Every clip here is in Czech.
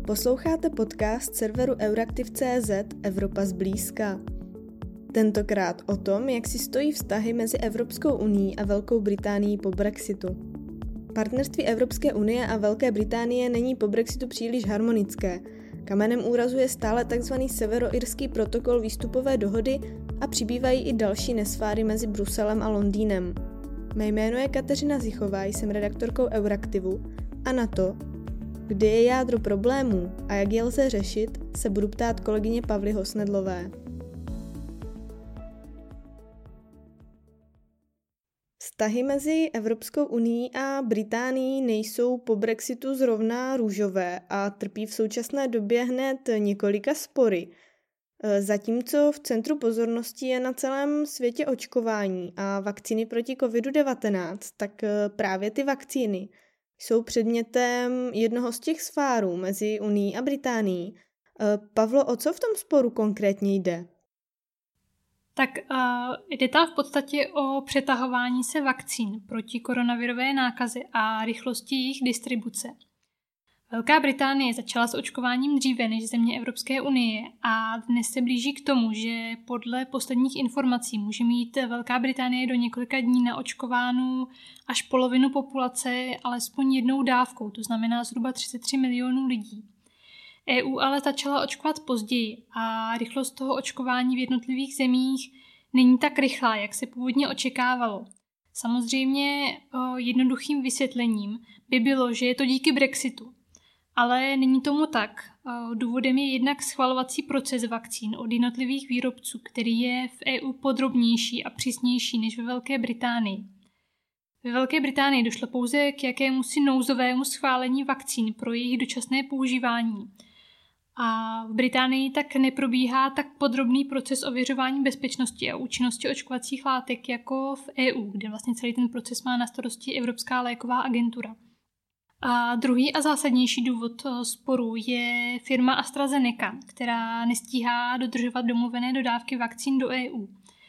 Posloucháte podcast serveru Euraktiv.cz Evropa zblízka. Tentokrát o tom, jak si stojí vztahy mezi Evropskou unií a Velkou Británií po Brexitu. Partnerství Evropské unie a Velké Británie není po Brexitu příliš harmonické. Kamenem úrazu je stále tzv. Severoirský protokol výstupové dohody a přibývají i další nesváry mezi Bruselem a Londýnem. Mé jméno je Kateřina Zichová, jsem redaktorkou Euraktivu a na to, kde je jádro problémů a jak je lze řešit, se budu ptát kolegyně Pavly Hosnedlové. Vztahy mezi Evropskou unií a Británií nejsou po Brexitu zrovna růžové a trpí v současné době hned několika spory. Zatímco v centru pozornosti je na celém světě očkování a vakcíny proti COVID-19, tak právě ty vakcíny jsou předmětem jednoho z těch svárů mezi Unií a Británií. Pavlo, o co v tom sporu konkrétně jde? Tak jde tam v podstatě o přetahování se vakcín proti koronavirové nákaze a rychlosti jejich distribuce. Velká Británie začala s očkováním dříve než země Evropské unie a dnes se blíží k tomu, že podle posledních informací může mít Velká Británie do několika dní naočkovánu až polovinu populace alespoň jednou dávkou, to znamená zhruba 33 milionů lidí. EU ale začala očkovat později a rychlost toho očkování v jednotlivých zemích není tak rychlá, jak se původně očekávalo. Samozřejmě jednoduchým vysvětlením by bylo, že je to díky Brexitu. Ale není tomu tak. Důvodem je jednak schvalovací proces vakcín od jednotlivých výrobců, který je v EU podrobnější a přísnější než ve Velké Británii. Ve Velké Británii došlo pouze k jakémusi nouzovému schválení vakcín pro jejich dočasné používání. A v Británii tak neprobíhá tak podrobný proces ověřování bezpečnosti a účinnosti očkovacích látek jako v EU, kde vlastně celý ten proces má na starosti Evropská léková agentura. A druhý a zásadnější důvod sporu je firma AstraZeneca, která nestíhá dodržovat domluvené dodávky vakcín do EU.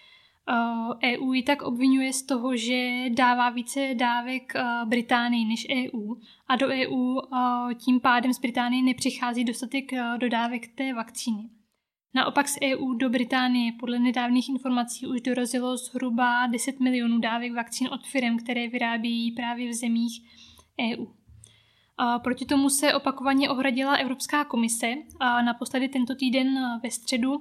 EU ji tak obvinuje z toho, že dává více dávek Británii než EU a do EU tím pádem z Británie nepřichází dostatek dodávek té vakcíny. Naopak z EU do Británie podle nedávných informací už dorazilo zhruba 10 milionů dávek vakcín od firm, které vyrábějí právě v zemích EU. Proti tomu se opakovaně ohradila Evropská komise a naposledy tento týden ve středu.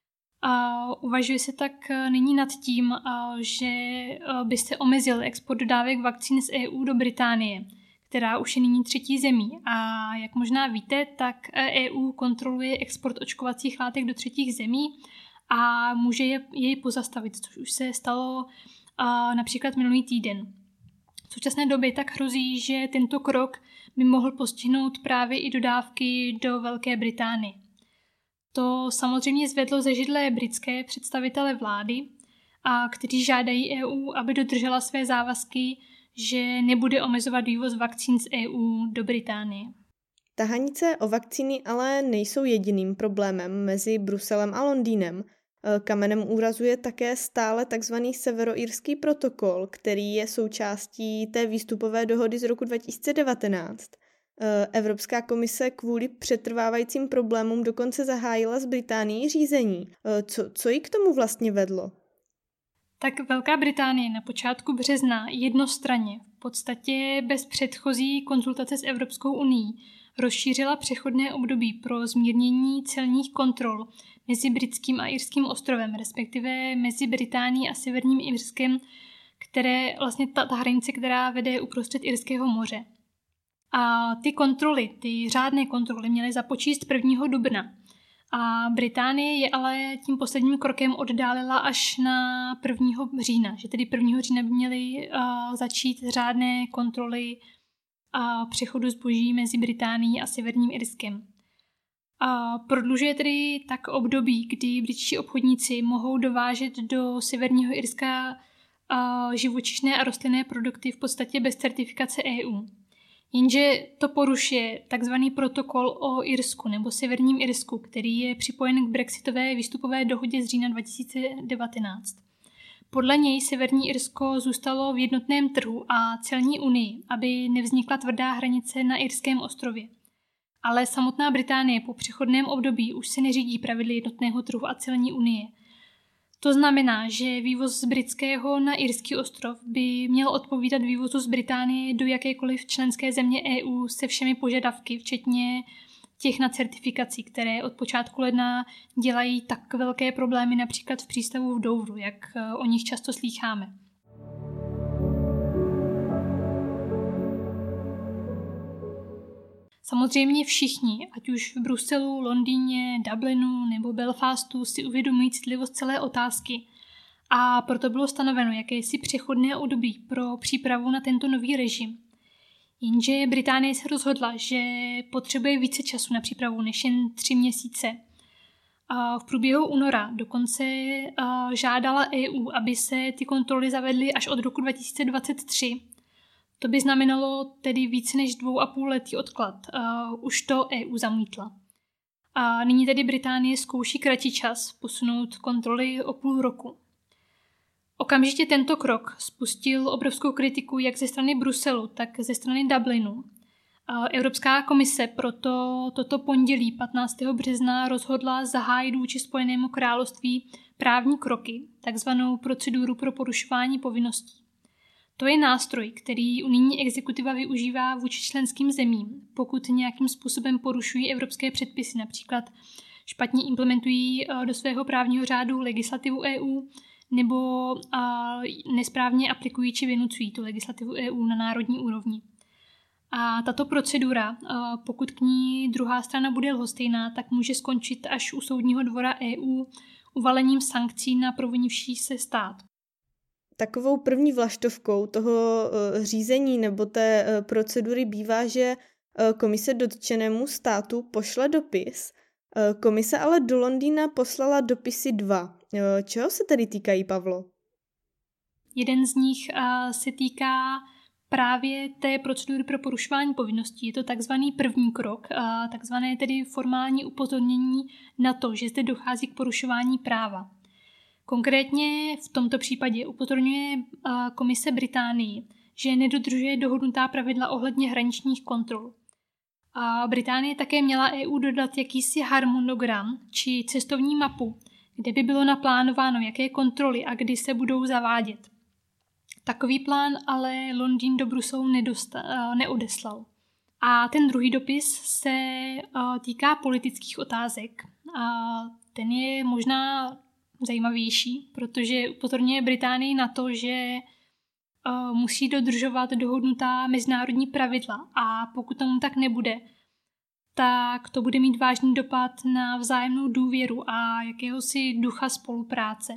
Uvažuje se tak nyní nad tím, že by se omezil export dodávek vakcín z EU do Británie, která už je nyní třetí zemí. A jak možná víte, tak EU kontroluje export očkovacích látek do třetích zemí a může jej pozastavit, což už se stalo například minulý týden. V současné době tak hrozí, že tento krok by mohl postihnout právě i dodávky do Velké Británie. To samozřejmě zvedlo ze židle britské představitele vlády, kteří žádají EU, aby dodržela své závazky, že nebude omezovat vývoz vakcín z EU do Británie. Tahanice o vakcíny ale nejsou jediným problémem mezi Bruselem a Londýnem. Kamenem úrazu je také stále tzv. Severoirský protokol, který je součástí té výstupové dohody z roku 2019. Evropská komise kvůli přetrvávajícím problémům dokonce zahájila s Británií řízení. Co jí k tomu vlastně vedlo? Tak Velká Británie na počátku března jednostranně, v podstatě bez předchozí konzultace s Evropskou unií, rozšířila přechodné období pro zmírnění celních kontrol mezi britským a irským ostrovem, respektive mezi Británií a Severním Irskem, které vlastně ta hranice, která vede uprostřed Irského moře. A ty řádné kontroly měly započít 1. dubna. A Británie je ale tím posledním krokem oddálila až na 1. října, že tedy 1. října by měly začít řádné kontroly a přechodu zboží mezi Británií a Severním Irskem. A prodlužuje tedy tak období, kdy britští obchodníci mohou dovážet do Severního Irska živočišné a rostlinné produkty v podstatě bez certifikace EU. Jenže to porušuje takzvaný protokol o Irsku nebo Severním Irsku, který je připojen k brexitové výstupové dohodě z října 2019. Podle něj Severní Irsko zůstalo v jednotném trhu a celní unii, aby nevznikla tvrdá hranice na Irském ostrově. ale samotná Británie po přechodném období už se neřídí pravidly jednotného trhu a celní unie. To znamená, že vývoz z britského na Irský ostrov by měl odpovídat vývozu z Británie do jakékoliv členské země EU se všemi požadavky, včetně těch na certifikaci, které od počátku ledna dělají tak velké problémy například v přístavu v Douvru, jak o nich často slýcháme. Samozřejmě všichni, ať už v Bruselu, Londýně, Dublinu nebo Belfastu, si uvědomují citlivost celé otázky a proto bylo stanoveno jakési přechodné období pro přípravu na tento nový režim. Jenže Británie se rozhodla, že potřebuje více času na přípravu než jen 3 měsíce. V průběhu února dokonce žádala EU, aby se ty kontroly zavedly až od roku 2023. To by znamenalo tedy více než 2,5letý odklad. Už to EU zamítla. A nyní tedy Británie zkouší kratší čas posunout kontroly o půl roku. Okamžitě tento krok spustil obrovskou kritiku jak ze strany Bruselu, tak ze strany Dublinu. Evropská komise proto toto pondělí 15. března rozhodla zahájit vůči Spojenému království právní kroky, takzvanou proceduru pro porušování povinností. To je nástroj, který unijní exekutiva využívá vůči členským zemím, pokud nějakým způsobem porušují evropské předpisy, například špatně implementují do svého právního řádu legislativu EU nebo nesprávně aplikují či vynucují tu legislativu EU na národní úrovni. A tato procedura, pokud k ní druhá strana bude lhostejná, tak může skončit až u Soudního dvora EU uvalením sankcí na provinivší se stát. Takovou první vlaštovkou toho řízení nebo té procedury bývá, že komise dotčenému státu pošle dopis. Komise ale do Londýna poslala dopisy 2. Čeho se tedy týkají, Pavlo? Jeden z nich se týká právě té procedury pro porušování povinností. Je to takzvaný první krok, takzvané tedy formální upozornění na to, že zde dochází k porušování práva. Konkrétně v tomto případě upozorňuje komise Británii, že nedodržuje dohodnutá pravidla ohledně hraničních kontrol. A Británie také měla EU dodat jakýsi harmonogram či cestovní mapu, kde by bylo naplánováno, jaké kontroly a kdy se budou zavádět. Takový plán ale Londýn do Bruselu neodeslal. A ten druhý dopis se týká politických otázek. A ten je možná zajímavější, protože upozorňuje Británii na to, že musí dodržovat dohodnutá mezinárodní pravidla a pokud tomu tak nebude, tak to bude mít vážný dopad na vzájemnou důvěru a jakéhosi ducha spolupráce.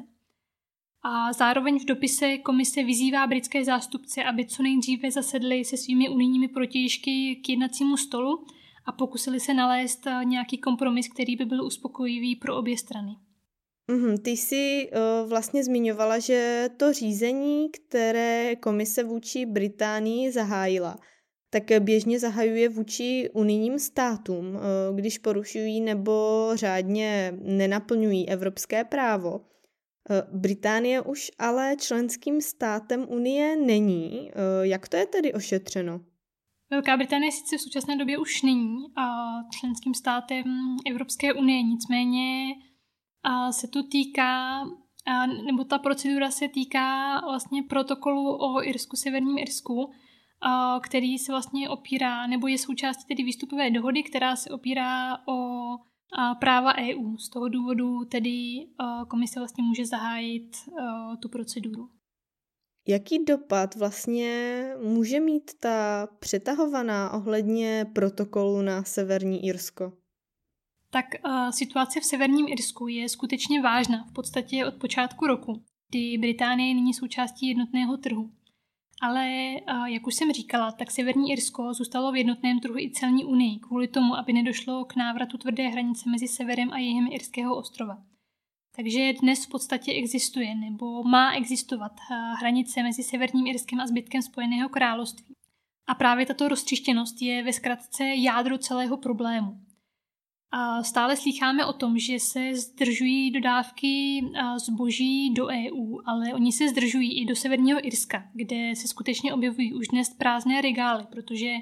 A zároveň v dopise komise vyzývá britské zástupce, aby co nejdříve zasedli se svými unijními protějšky k jednacímu stolu a pokusili se nalézt nějaký kompromis, který by byl uspokojivý pro obě strany. Ty jsi vlastně zmiňovala, že to řízení, které komise vůči Británii zahájila, tak běžně zahajuje vůči unijním státům, když porušují nebo řádně nenaplňují evropské právo. Británie už ale členským státem Unie není. Jak to je tedy ošetřeno? Velká Británie sice v současné době už není členským státem Evropské unie, nicméně se to týká, nebo ta procedura se týká vlastně protokolu o Irsku, Severním Irsku, který se vlastně opírá, nebo je součástí tedy výstupové dohody, která se opírá o práva EU. Z toho důvodu tedy komise vlastně může zahájit tu proceduru. Jaký dopad vlastně může mít ta přetahovaná ohledně protokolu na Severní Irsko? Tak situace v Severním Irsku je skutečně vážná v podstatě od počátku roku, kdy Británie není součástí jednotného trhu. Ale jak už jsem říkala, tak Severní Irsko zůstalo v jednotném trhu i celní unii kvůli tomu, aby nedošlo k návratu tvrdé hranice mezi severem a jihem Irského ostrova. Takže dnes v podstatě existuje nebo má existovat hranice mezi Severním Irskem a zbytkem Spojeného království. A právě tato roztříštěnost je ve zkratce jádro celého problému. A stále slýcháme o tom, že se zdržují dodávky zboží do EU, ale oni se zdržují i do Severního Irska, kde se skutečně objevují už dnes prázdné regály, protože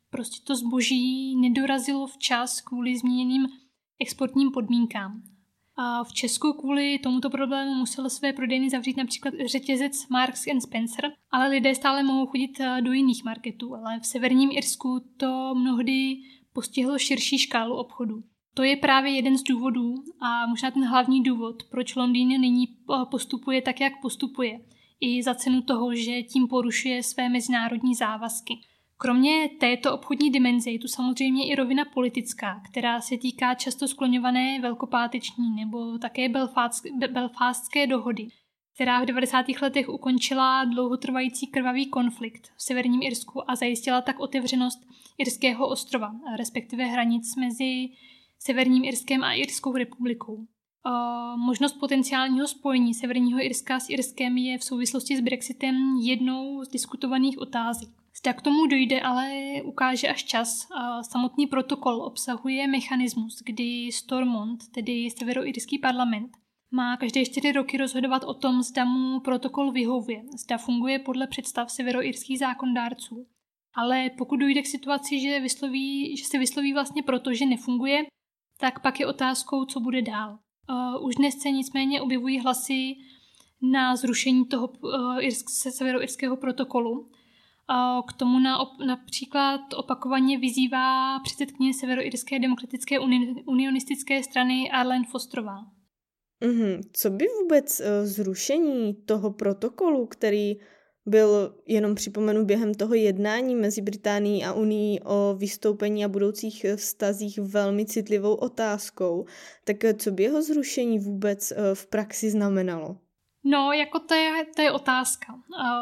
prostě to zboží nedorazilo včas kvůli změněným exportním podmínkám. A v Česku kvůli tomuto problému musel své prodejny zavřít například řetězec Marks & Spencer, ale lidé stále mohou chodit do jiných marketů, ale v severním Irsku to mnohdy postihlo širší škálu obchodu. To je právě jeden z důvodů a možná ten hlavní důvod, proč Londýn nyní postupuje tak, jak postupuje, i za cenu toho, že tím porušuje své mezinárodní závazky. Kromě této obchodní dimenze je tu samozřejmě i rovina politická, která se týká často skloňované velkopáteční nebo také Belfastské dohody, která v 90. letech ukončila dlouhotrvající krvavý konflikt v severním Irsku a zajistila tak otevřenost Irského ostrova, respektive hranic mezi Severním Irskem a Irskou republikou. Možnost potenciálního spojení Severního Irska s Irskem je v souvislosti s Brexitem jednou z diskutovaných otázek. Zda k tomu dojde, ale ukáže až čas. Samotný protokol obsahuje mechanismus, kdy Stormont, tedy severoirský parlament, má každé 4 roky rozhodovat o tom, zda mu protokol vyhovuje, zda funguje podle představ severoirských zákonodárců. Ale pokud dojde k situaci, že se vysloví vlastně proto, že nefunguje, tak pak je otázkou, co bude dál. Už dnes se nicméně objevují hlasy na zrušení toho severoirského protokolu. K tomu například opakovaně vyzývá předsedkyně Severoirské demokratické unionistické strany Arlene Fosterová. Co by vůbec zrušení toho protokolu, který byl, jenom připomenu, během toho jednání mezi Británií a Unií o vystoupení a budoucích vztazích velmi citlivou otázkou, tak co by jeho zrušení vůbec v praxi znamenalo? No, jako to je otázka.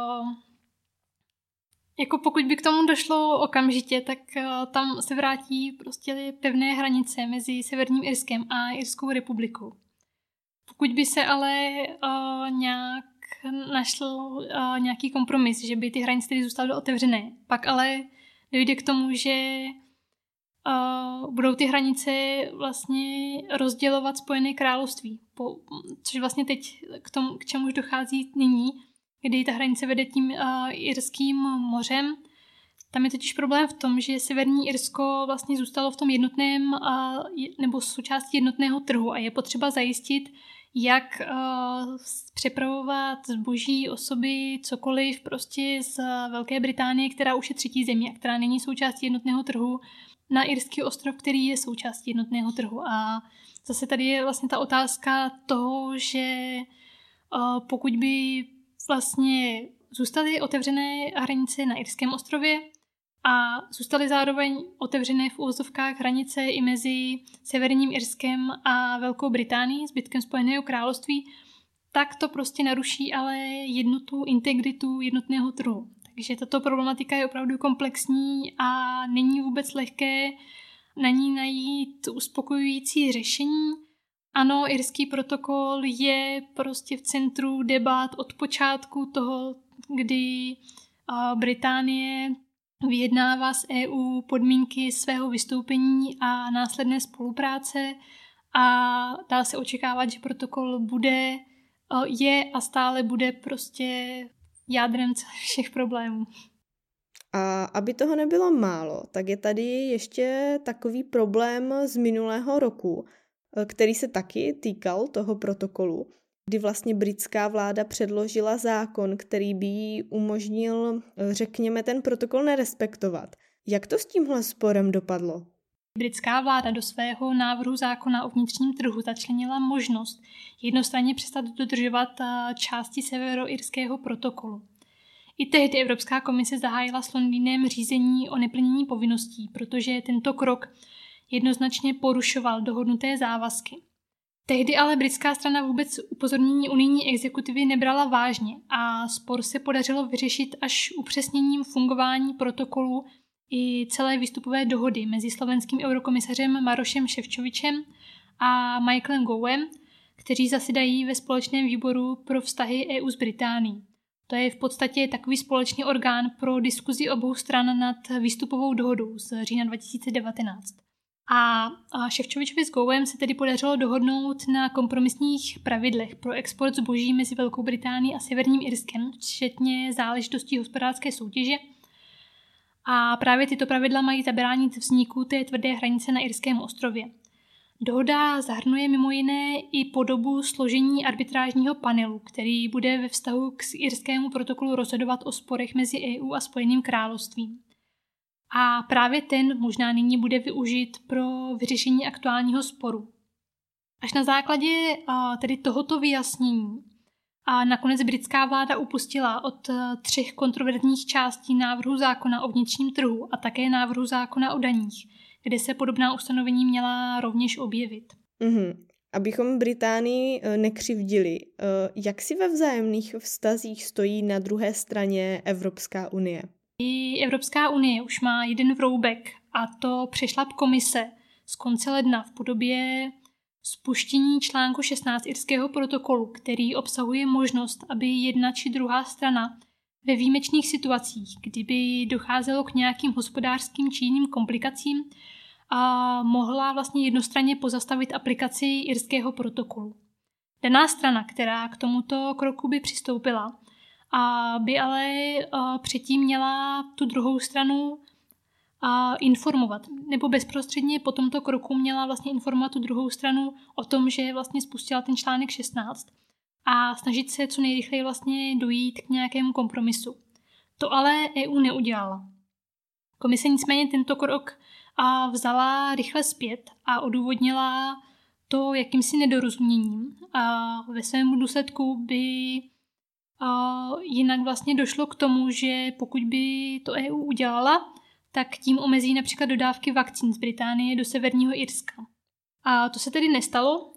Jako pokud by k tomu došlo okamžitě, tak tam se vrátí prostě pevné hranice mezi Severním Irskem a Irskou republikou. Pokud by se ale nějak našel nějaký kompromis, že by ty hranice tedy zůstaly otevřené, pak ale dojde k tomu, že budou ty hranice vlastně rozdělovat Spojené království, což vlastně teď k čemuž dochází nyní, kdy ta hranice vede tím Irským mořem. Tam je totiž problém v tom, že Severní Irsko vlastně zůstalo v tom jednotném nebo součástí jednotného trhu a je potřeba zajistit, jak přepravovat zboží, osoby, cokoliv prostě z Velké Británie, která už je třetí země, která není součástí jednotného trhu, na Irský ostrov, který je součástí jednotného trhu. A zase tady je vlastně ta otázka toho, že pokud by vlastně zůstaly otevřené hranice na Irském ostrově a zůstaly zároveň otevřené v uvozovkách hranice i mezi Severním Irskem a Velkou Británií, zbytkem Spojeného království, tak to prostě naruší ale jednotu, integritu jednotného trhu. Takže tato problematika je opravdu komplexní a není vůbec lehké na ní najít uspokojující řešení. Ano, Irský protokol je prostě v centru debat od počátku toho, kdy Británie vyjednává s EU podmínky svého vystoupení a následné spolupráce a dá se očekávat, že protokol je a stále bude prostě jádrem všech problémů. A aby toho nebylo málo, tak je tady ještě takový problém z minulého roku, který se taky týkal toho protokolu, kdy vlastně britská vláda předložila zákon, který by jí umožnil, řekněme, ten protokol nerespektovat. Jak to s tímhle sporem dopadlo? Britská vláda do svého návrhu zákona o vnitřním trhu začlenila možnost jednostranně přestat dodržovat části severoirského protokolu. I tehdy Evropská komise zahájila s Londýnem řízení o neplnění povinností, protože tento krok jednoznačně porušoval dohodnuté závazky. Tehdy ale britská strana vůbec upozornění unijní exekutivy nebrala vážně a spor se podařilo vyřešit až upřesněním fungování protokolu i celé výstupové dohody mezi slovenským eurokomisařem Marošem Šefčovičem a Michaelem Gowem, kteří zasedají ve společném výboru pro vztahy EU s Británií. To je v podstatě takový společný orgán pro diskuzi obou stran nad výstupovou dohodou z října 2019. A Šefčovičovi s Gowem se tedy podařilo dohodnout na kompromisních pravidlech pro export zboží mezi Velkou Británií a Severním Irskem, včetně záležitostí hospodářské soutěže. A právě tyto pravidla mají zabránit vzniku té tvrdé hranice na Irském ostrově. Dohoda zahrnuje mimo jiné i podobu složení arbitrážního panelu, který bude ve vztahu k Irskému protokolu rozhodovat o sporech mezi EU a Spojeným královstvím. A právě ten možná nyní bude využit pro vyřešení aktuálního sporu. Až na základě tedy tohoto vyjasnění a nakonec britská vláda upustila od 3 kontroverzních částí návrhu zákona o vnitřním trhu a také návrhu zákona o daních, kde se podobná ustanovení měla rovněž objevit. Abychom Británii nekřivdili, jak si ve vzájemných vztazích stojí na druhé straně Evropská unie? I Evropská unie už má jeden vroubek, a to přešlap komise z konce ledna v podobě spuštění článku 16 Irského protokolu, který obsahuje možnost, aby jedna či druhá strana ve výjimečných situacích, kdyby docházelo k nějakým hospodářským či jiným komplikacím, a mohla vlastně jednostranně pozastavit aplikaci Irského protokolu. Daná strana, která k tomuto kroku by přistoupila, by ale předtím měla tu druhou stranu informovat, nebo bezprostředně po tomto kroku měla vlastně informovat tu druhou stranu o tom, že vlastně spustila ten článek 16 a snažit se co nejrychleji vlastně dojít k nějakému kompromisu. To ale EU neudělala. Komise nicméně tento krok vzala rychle zpět a odůvodnila to jakýmsi nedorozuměním. A ve svém důsledku by jinak vlastně došlo k tomu, že pokud by to EU udělala, tak tím omezí například dodávky vakcín z Británie do Severního Irska. A to se tedy nestalo,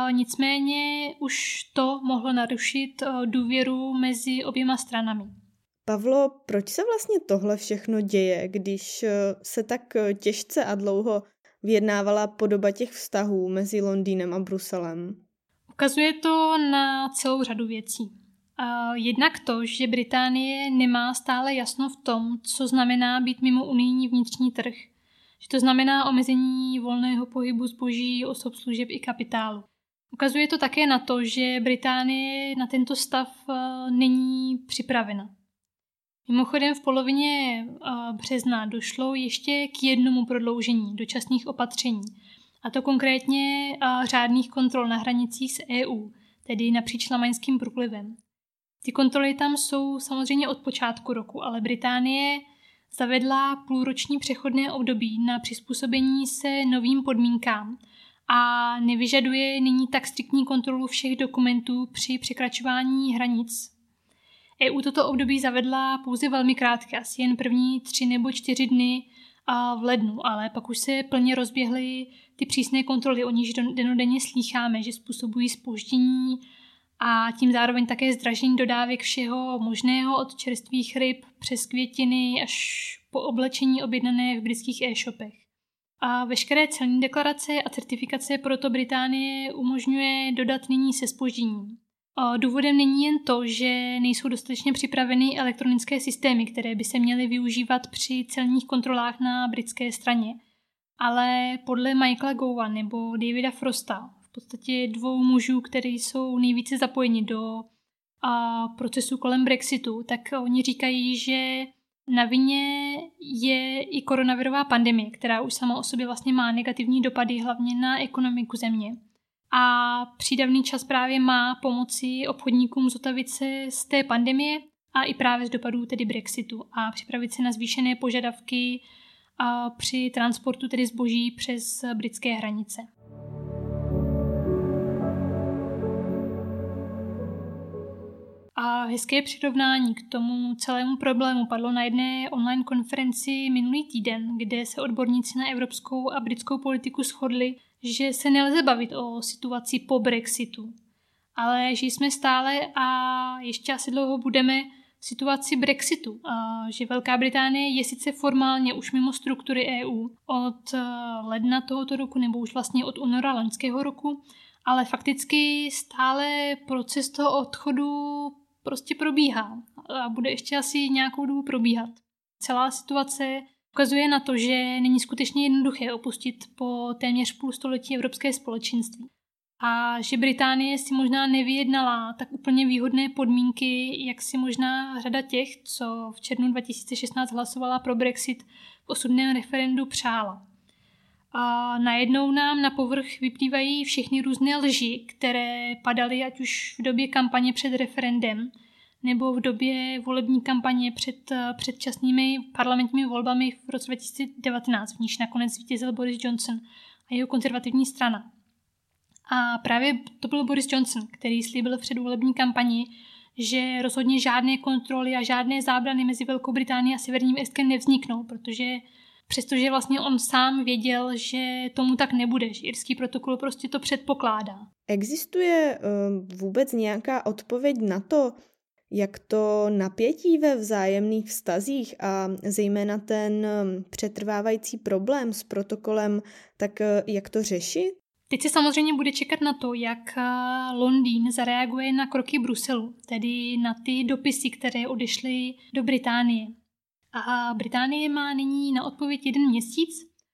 nicméně už to mohlo narušit důvěru mezi oběma stranami. Pavlo, proč se vlastně tohle všechno děje, když se tak těžce a dlouho vyjednávala podoba těch vztahů mezi Londýnem a Bruselem? Ukazuje to na celou řadu věcí. Jednak to, že Británie nemá stále jasno v tom, co znamená být mimo unijní vnitřní trh. Že to znamená omezení volného pohybu zboží, osob, služeb i kapitálu. Ukazuje to také na to, že Británie na tento stav není připravena. Mimochodem v polovině března došlo ještě k jednomu prodloužení dočasných opatření, a to konkrétně řádných kontrol na hranicích s EU, tedy napříč Lamaňským průlivem. Ty kontroly tam jsou samozřejmě od počátku roku, ale Británie zavedla půlroční přechodné období na přizpůsobení se novým podmínkám a nevyžaduje nyní tak striktní kontrolu všech dokumentů při překračování hranic. EU toto období zavedla pouze velmi krátké, asi jen první 3 nebo 4 dny v lednu, ale pak už se plně rozběhly ty přísné kontroly, o níž dennodenně slýcháme, že způsobují zpoždění a tím zároveň také zdražení dodávek všeho možného, od čerstvých ryb přes květiny až po oblečení objednané v britských e-shopech. A veškeré celní deklarace a certifikace proto Británie umožňuje dodat nyní se zpožděním. Důvodem není jen to, že nejsou dostatečně připraveny elektronické systémy, které by se měly využívat při celních kontrolách na britské straně, ale podle Michaela Gova nebo Davida Frosta, v podstatě 2 mužů, kteří jsou nejvíce zapojeni do procesu kolem Brexitu, tak oni říkají, že na vině je i koronavirová pandemie, která už sama o sobě vlastně má negativní dopady hlavně na ekonomiku země. A přídavný čas právě má pomoci obchodníkům zotavit se z té pandemie a i právě z dopadů tedy Brexitu a připravit se na zvýšené požadavky při transportu tedy zboží přes britské hranice. A hezké přirovnání k tomu celému problému padlo na jedné online konferenci minulý týden, kde se odborníci na evropskou a britskou politiku shodli, že se nelze bavit o situaci po Brexitu, ale že jsme stále a ještě asi dlouho budeme v situaci Brexitu. A že Velká Británie je sice formálně už mimo struktury EU od ledna tohoto roku nebo už vlastně od února loňského roku, ale fakticky stále proces toho odchodu prostě probíhá a bude ještě asi nějakou dobu probíhat. Celá situace ukazuje na to, že není skutečně jednoduché opustit po téměř půl století Evropské společenství. a že Británie si možná nevyjednala tak úplně výhodné podmínky, jak si možná řada těch, co v červnu 2016 hlasovala pro Brexit v osudném referendu, přála. A najednou nám na povrch vyplývají všechny různé lži, které padaly ať už v době kampaně před referendem, nebo v době volební kampaně před předčasnými parlamentními volbami v roce 2019, v níž nakonec zvítězil Boris Johnson a jeho konzervativní strana. A právě to byl Boris Johnson, který slíbil v předvolební kampani, že rozhodně žádné kontroly a žádné zábrany mezi Velkou Británií a Severním Irskem nevzniknou, přestože vlastně on sám věděl, že tomu tak nebude, že irský protokol prostě to předpokládá. Existuje vůbec nějaká odpověď na to, jak to napětí ve vzájemných vztazích a zejména ten přetrvávající problém s protokolem, tak jak to řešit? Teď se samozřejmě bude čekat na to, jak Londýn zareaguje na kroky Bruselu, tedy na ty dopisy, které odešly do Británie. A Británie má nyní na odpověď 1 měsíc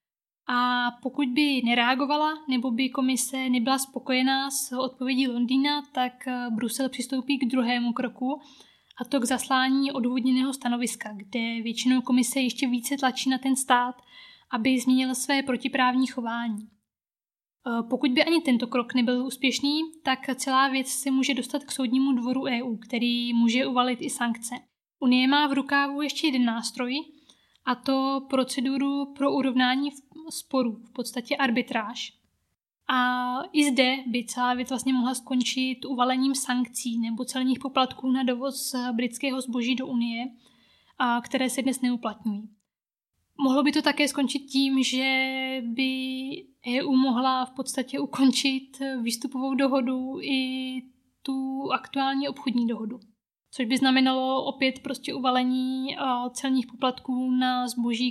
a pokud by nereagovala nebo by komise nebyla spokojená s odpovědí Londýna, tak Brusel přistoupí k druhému kroku, a to k zaslání odůvodněného stanoviska, kde většinou komise ještě více tlačí na ten stát, aby změnil své protiprávní chování. Pokud by ani tento krok nebyl úspěšný, tak celá věc se může dostat k soudnímu dvoru EU, který může uvalit i sankce. Unie má v rukávu ještě jeden nástroj, a to proceduru pro urovnání sporů, v podstatě arbitráž. A i zde by celá věc vlastně mohla skončit uvalením sankcí nebo celních poplatků na dovoz britského zboží do Unie, které se dnes neuplatňují. Mohlo by to také skončit tím, že by EU mohla v podstatě ukončit výstupovou dohodu i tu aktuální obchodní dohodu. Což by znamenalo opět prostě uvalení celních poplatků na zboží,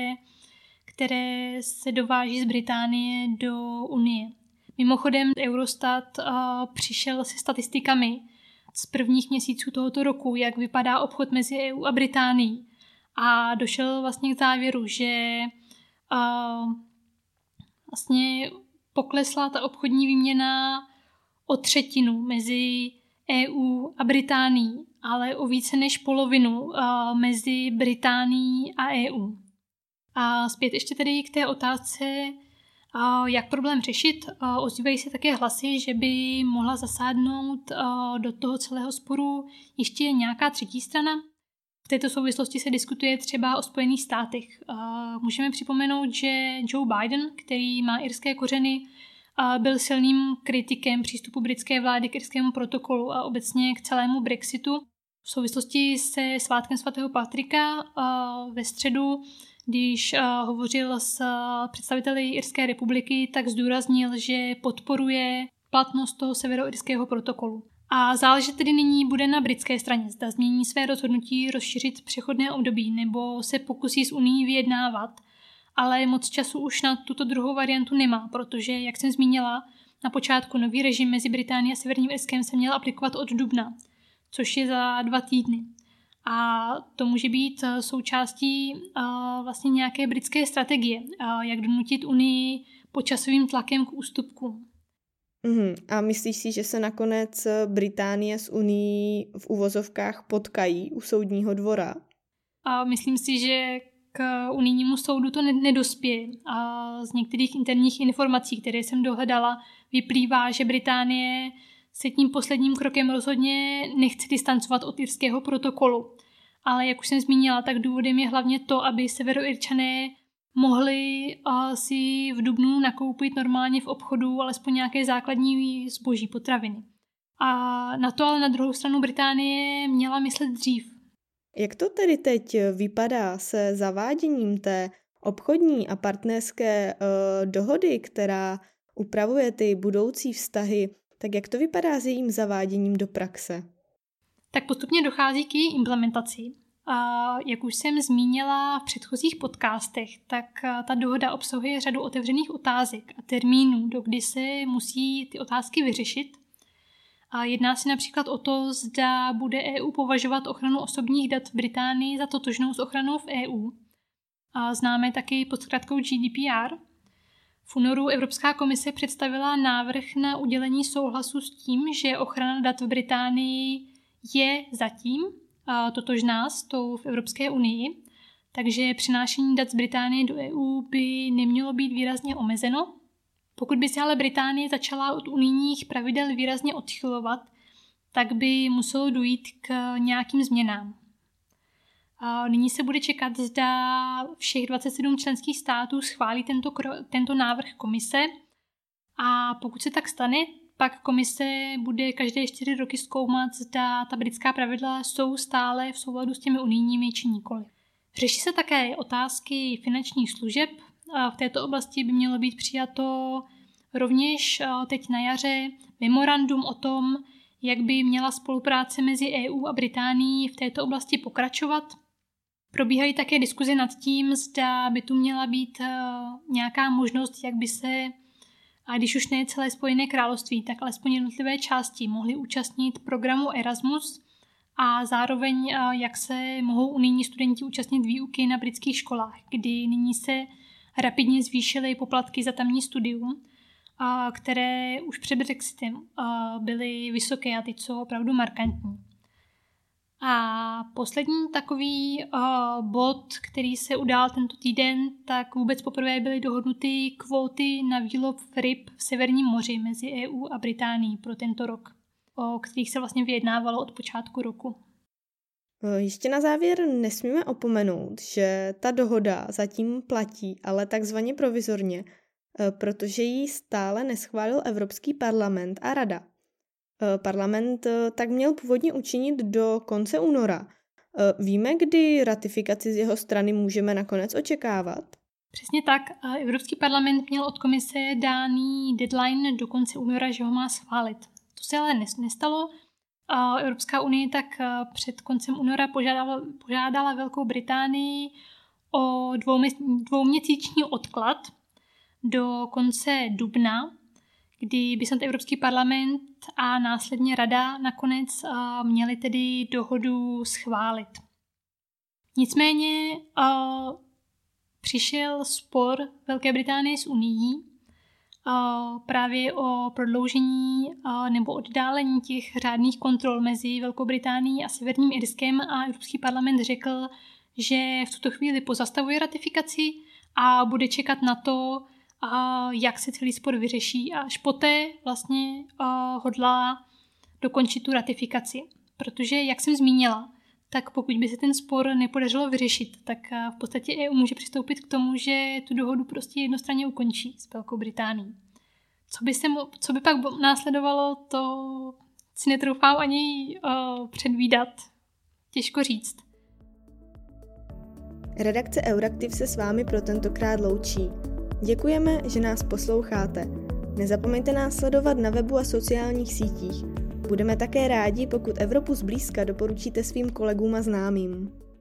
které se dováží z Británie do Unie. Mimochodem Eurostat přišel se statistikami z prvních měsíců tohoto roku, jak vypadá obchod mezi EU a Británií. A došel vlastně k závěru, že vlastně poklesla ta obchodní výměna o 1/3 mezi EU a Británií, ale o více než polovinu mezi Británií a EU. A zpět ještě tedy k té otázce, jak problém řešit. Ozývají se také hlasy, že by mohla zasáhnout do toho celého sporu ještě nějaká třetí strana. V této souvislosti se diskutuje třeba o Spojených státech. Můžeme připomenout, že Joe Biden, který má irské kořeny, byl silným kritikem přístupu britské vlády k irskému protokolu a obecně k celému Brexitu. V souvislosti se svátkem svatého Patrika ve středu, když hovořil s představiteli Irské republiky, tak zdůraznil, že podporuje platnost toho severoirského protokolu. A záležet tedy nyní bude na britské straně, zda změní své rozhodnutí rozšířit přechodné období nebo se pokusí s Unií vyjednávat, ale moc času už na tuto druhou variantu nemá, protože, jak jsem zmínila, na počátku nový režim mezi Británií a Severním Irskem se měl aplikovat od dubna, což je za 2 týdny. A to může být součástí vlastně nějaké britské strategie, jak donutit Unii pod časovým tlakem k ústupkům. A myslíš si, že se nakonec Británie s Unií v uvozovkách potkají u soudního dvora? Myslím si, že k unijnímu soudu to nedospěje. A z některých interních informací, které jsem dohledala, vyplývá, že Británie se tím posledním krokem rozhodně nechce distancovat od irského protokolu. Ale jak už jsem zmínila, tak důvodem je hlavně to, aby Severoirčané mohli si v dubnu nakoupit normálně v obchodu alespoň nějaké základní zboží, potraviny. A na to ale na druhou stranu Británie měla myslet dřív. Jak to tedy teď vypadá se zaváděním té obchodní a partnerské dohody, která upravuje ty budoucí vztahy, tak jak to vypadá s jejím zaváděním do praxe? Tak postupně dochází k její implementaci. A jak už jsem zmínila v předchozích podcastech, tak ta dohoda obsahuje řadu otevřených otázek a termínů, do kdy se musí ty otázky vyřešit. A jedná se například o to, zda bude EU považovat ochranu osobních dat v Británii za totožnou s ochranou v EU. A známe taky pod zkratkou GDPR. V únoru Evropská komise představila návrh na udělení souhlasu s tím, že ochrana dat v Británii je zatím totožná s tou v Evropské unii, takže přenášení dat z Británie do EU by nemělo být výrazně omezeno. Pokud by se ale Británie začala od unijních pravidel výrazně odchylovat, tak by muselo dojít k nějakým změnám. Nyní se bude čekat, zda všech 27 členských států schválí tento návrh komise a pokud se tak stane, pak komise bude každé 4 roky zkoumat, zda ta britská pravidla jsou stále v souladu s těmi unijními či nikoli. Řeší se také otázky finančních služeb. V této oblasti by mělo být přijato rovněž teď na jaře memorandum o tom, jak by měla spolupráce mezi EU a Británií v této oblasti pokračovat. Probíhají také diskuze nad tím, zda by tu měla být nějaká možnost, jak by se, a když už ne celé Spojené království, tak alespoň jednotlivé části mohly účastnit programu Erasmus a zároveň jak se mohou unijní studenti účastnit výuky na britských školách, kdy nyní se rapidně zvýšily poplatky za tamní studium, které už před Brexitem byly vysoké a teď jsou opravdu markantní. A poslední takový bod, který se udál tento týden, tak vůbec poprvé byly dohodnuty kvóty na výlov ryb v Severním moři mezi EU a Británií pro tento rok, o kterých se vlastně vyjednávalo od počátku roku. Ještě na závěr nesmíme opomenout, že ta dohoda zatím platí, ale takzvaně provizorně, protože ji stále neschválil Evropský parlament a Rada. Parlament tak měl původně učinit do konce února. Víme, kdy ratifikaci z jeho strany můžeme nakonec očekávat? Přesně tak. Evropský parlament měl od komise daný deadline do konce února, že ho má schválit. To se ale nestalo. Evropská unie tak před koncem února požádala Velkou Británii o dvouměsíční odklad do konce dubna, kdy by snad Evropský parlament a následně Rada nakonec měli tedy dohodu schválit. Nicméně přišel spor Velké Británie s Unií právě o prodloužení nebo oddálení těch řádných kontrol mezi Velkou Británií a Severním Irskem a Evropský parlament řekl, že v tuto chvíli pozastavuje ratifikaci a bude čekat na to, jak se celý spor vyřeší a až poté vlastně hodlá dokončit tu ratifikaci. Protože, jak jsem zmínila, tak pokud by se ten spor nepodařilo vyřešit, tak v podstatě EU může přistoupit k tomu, že tu dohodu prostě jednostranně ukončí s Velkou Británií. Co by pak následovalo, to si netroufám ani předvídat. Těžko říct. Redakce Euraktiv se s vámi pro tentokrát loučí. Děkujeme, že nás posloucháte. Nezapomeňte nás sledovat na webu a sociálních sítích. Budeme také rádi, pokud Evropu zblízka doporučíte svým kolegům a známým.